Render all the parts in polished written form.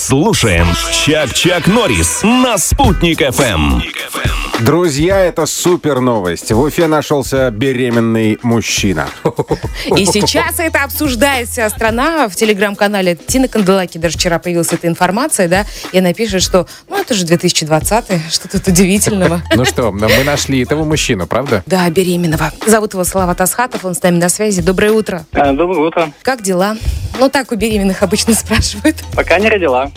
Слушаем Чак-Чак Норрис на Спутник ФМ. Друзья, это супер новость. В Уфе нашелся беременный мужчина. И сейчас это обсуждает вся страна. В телеграм-канале Тины Канделаки даже вчера появилась эта информация, да, и она пишет, что, это же 2020-й, что тут удивительного. Ну что, мы нашли этого мужчину, правда? Да, беременного. Зовут его Салават Асхатов, он с нами на связи. Доброе утро. Доброе утро. Как дела? Так у беременных обычно спрашивают. Пока не родила.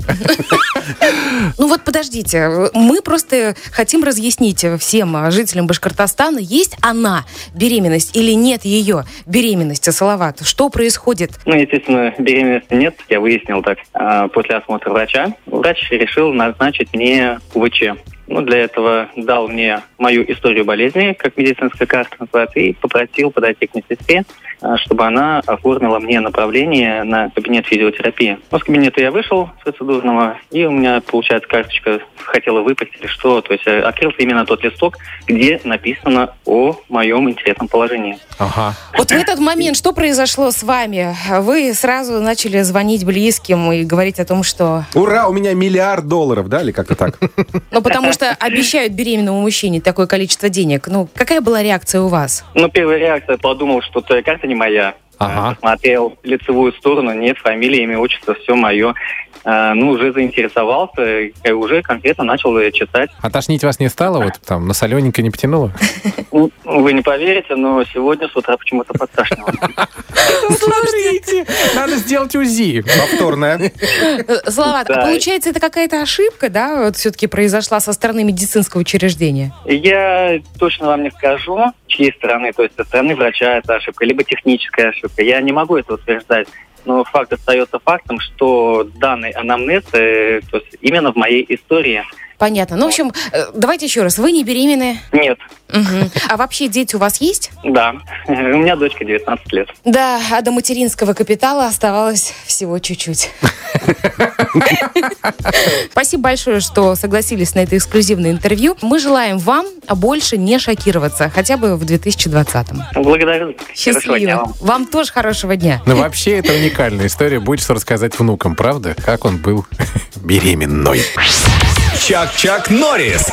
Подождите, мы просто хотим разъяснить всем жителям Башкортостана, есть она, беременность, или нет ее беременности, Салават? Что происходит? Естественно, беременности нет, я выяснил так после осмотра врача. Врач решил назначить мне УВЧ. Для этого дал мне мою историю болезни, как медицинская карта называется, и попросил подойти к медсестре, чтобы она оформила мне направление на кабинет физиотерапии. С кабинета я вышел с процедурного, и у меня, получается, карточка хотела выпасть или что. То есть открылся именно тот листок, где написано о моем интересном положении. Ага. В этот момент что произошло с вами? Вы сразу начали звонить близким и говорить о том, что... Ура, у меня $1 миллиард, да, или как-то так? Потому что обещают беременному мужчине такое количество денег. Какая была реакция у вас? Первая реакция, подумал, что твоя карта не моя. Ага. Посмотрел лицевую сторону, нет, фамилия, имя, отчество, все мое. Уже заинтересовался и уже конкретно начал читать. А тошнить вас не стало? На солененькое не потянуло? Вы не поверите, но сегодня с утра почему-то подташнило. Смотрите, надо сделать УЗИ. Повторное. Салават, получается, это какая-то ошибка, да, все-таки произошла со стороны медицинского учреждения? Я точно вам не скажу, чьей стороны, то есть со стороны врача это ошибка, либо техническая ошибка. Я не могу это утверждать. Но факт остается фактом, что данный анамнез, то есть именно в моей истории. Понятно. В общем, давайте еще раз. Вы не беременны? Нет. Угу. А вообще дети у вас есть? Да. У меня дочка 19 лет. Да, а до материнского капитала оставалось всего чуть-чуть. Спасибо большое, что согласились на это эксклюзивное интервью. Мы желаем вам больше не шокироваться, хотя бы в 2020-м. Благодарю. Счастливо. Вам тоже хорошего дня. Вообще, это уникальная история. Будет что рассказать внукам, правда? Как он был беременной. Чак-Чак Норрис.